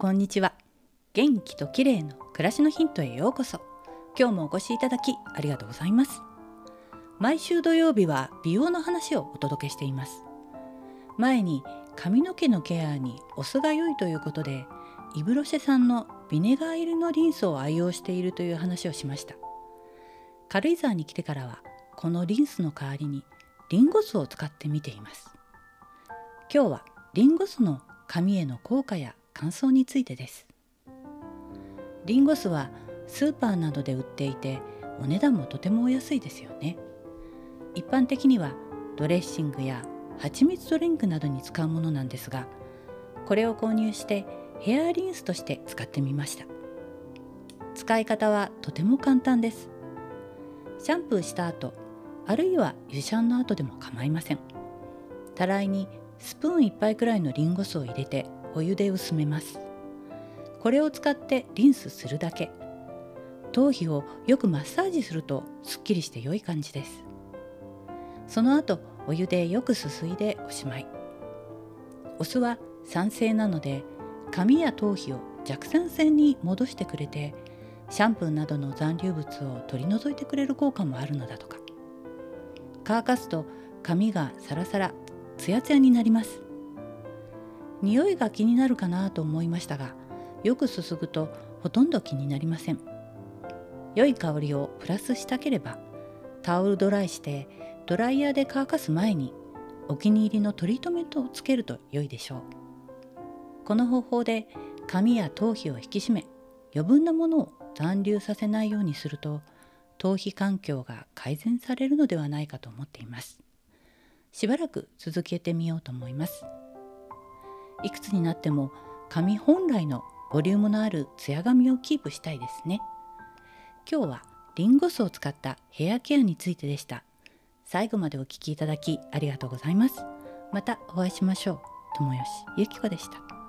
こんにちは。元気と綺麗の暮らしのヒントへようこそ。今日もお越しいただきありがとうございます。毎週土曜日は美容の話をお届けしています。前に髪の毛のケアにお酢が良いということで、イブロシェさんのビネガー入りのリンスを愛用しているという話をしました。軽井沢に来てからはこのリンスの代わりにリンゴ酢を使ってみています。今日はリンゴ酢の髪への効果や感想についてです。リンゴ酢はスーパーなどで売っていて、お値段もとてもお安いですよね。一般的にはドレッシングや蜂蜜ドリンクなどに使うものなんですが、これを購入してヘアリンスとして使ってみました。使い方はとても簡単です。シャンプーした後、あるいは湯シャンの後でも構いません。たらいにスプーン1杯くらいのリンゴ酢を入れてお湯で薄めます。これを使ってリンスするだけ。頭皮をよくマッサージするとすっきりして良い感じです。その後お湯でよくすすいでおしまい。お酢は酸性なので髪や頭皮を弱酸性に戻してくれて、シャンプーなどの残留物を取り除いてくれる効果もあるのだとか。乾かすと髪がサラサラツヤツヤになります。匂いが気になるかなと思いましたが、よくすすぐとほとんど気になりません。良い香りをプラスしたければ、タオルドライしてドライヤーで乾かす前にお気に入りのトリートメントをつけると良いでしょう。この方法で髪や頭皮を引き締め、余分なものを残留させないようにすると、頭皮環境が改善されるのではないかと思っています。しばらく続けてみようと思います。いくつになっても髪本来のボリュームのあるツヤ髪をキープしたいですね。今日はリンゴ酢を使ったヘアケアについてでした。最後までお聞きいただきありがとうございます。またお会いしましょう。友吉ゆき子でした。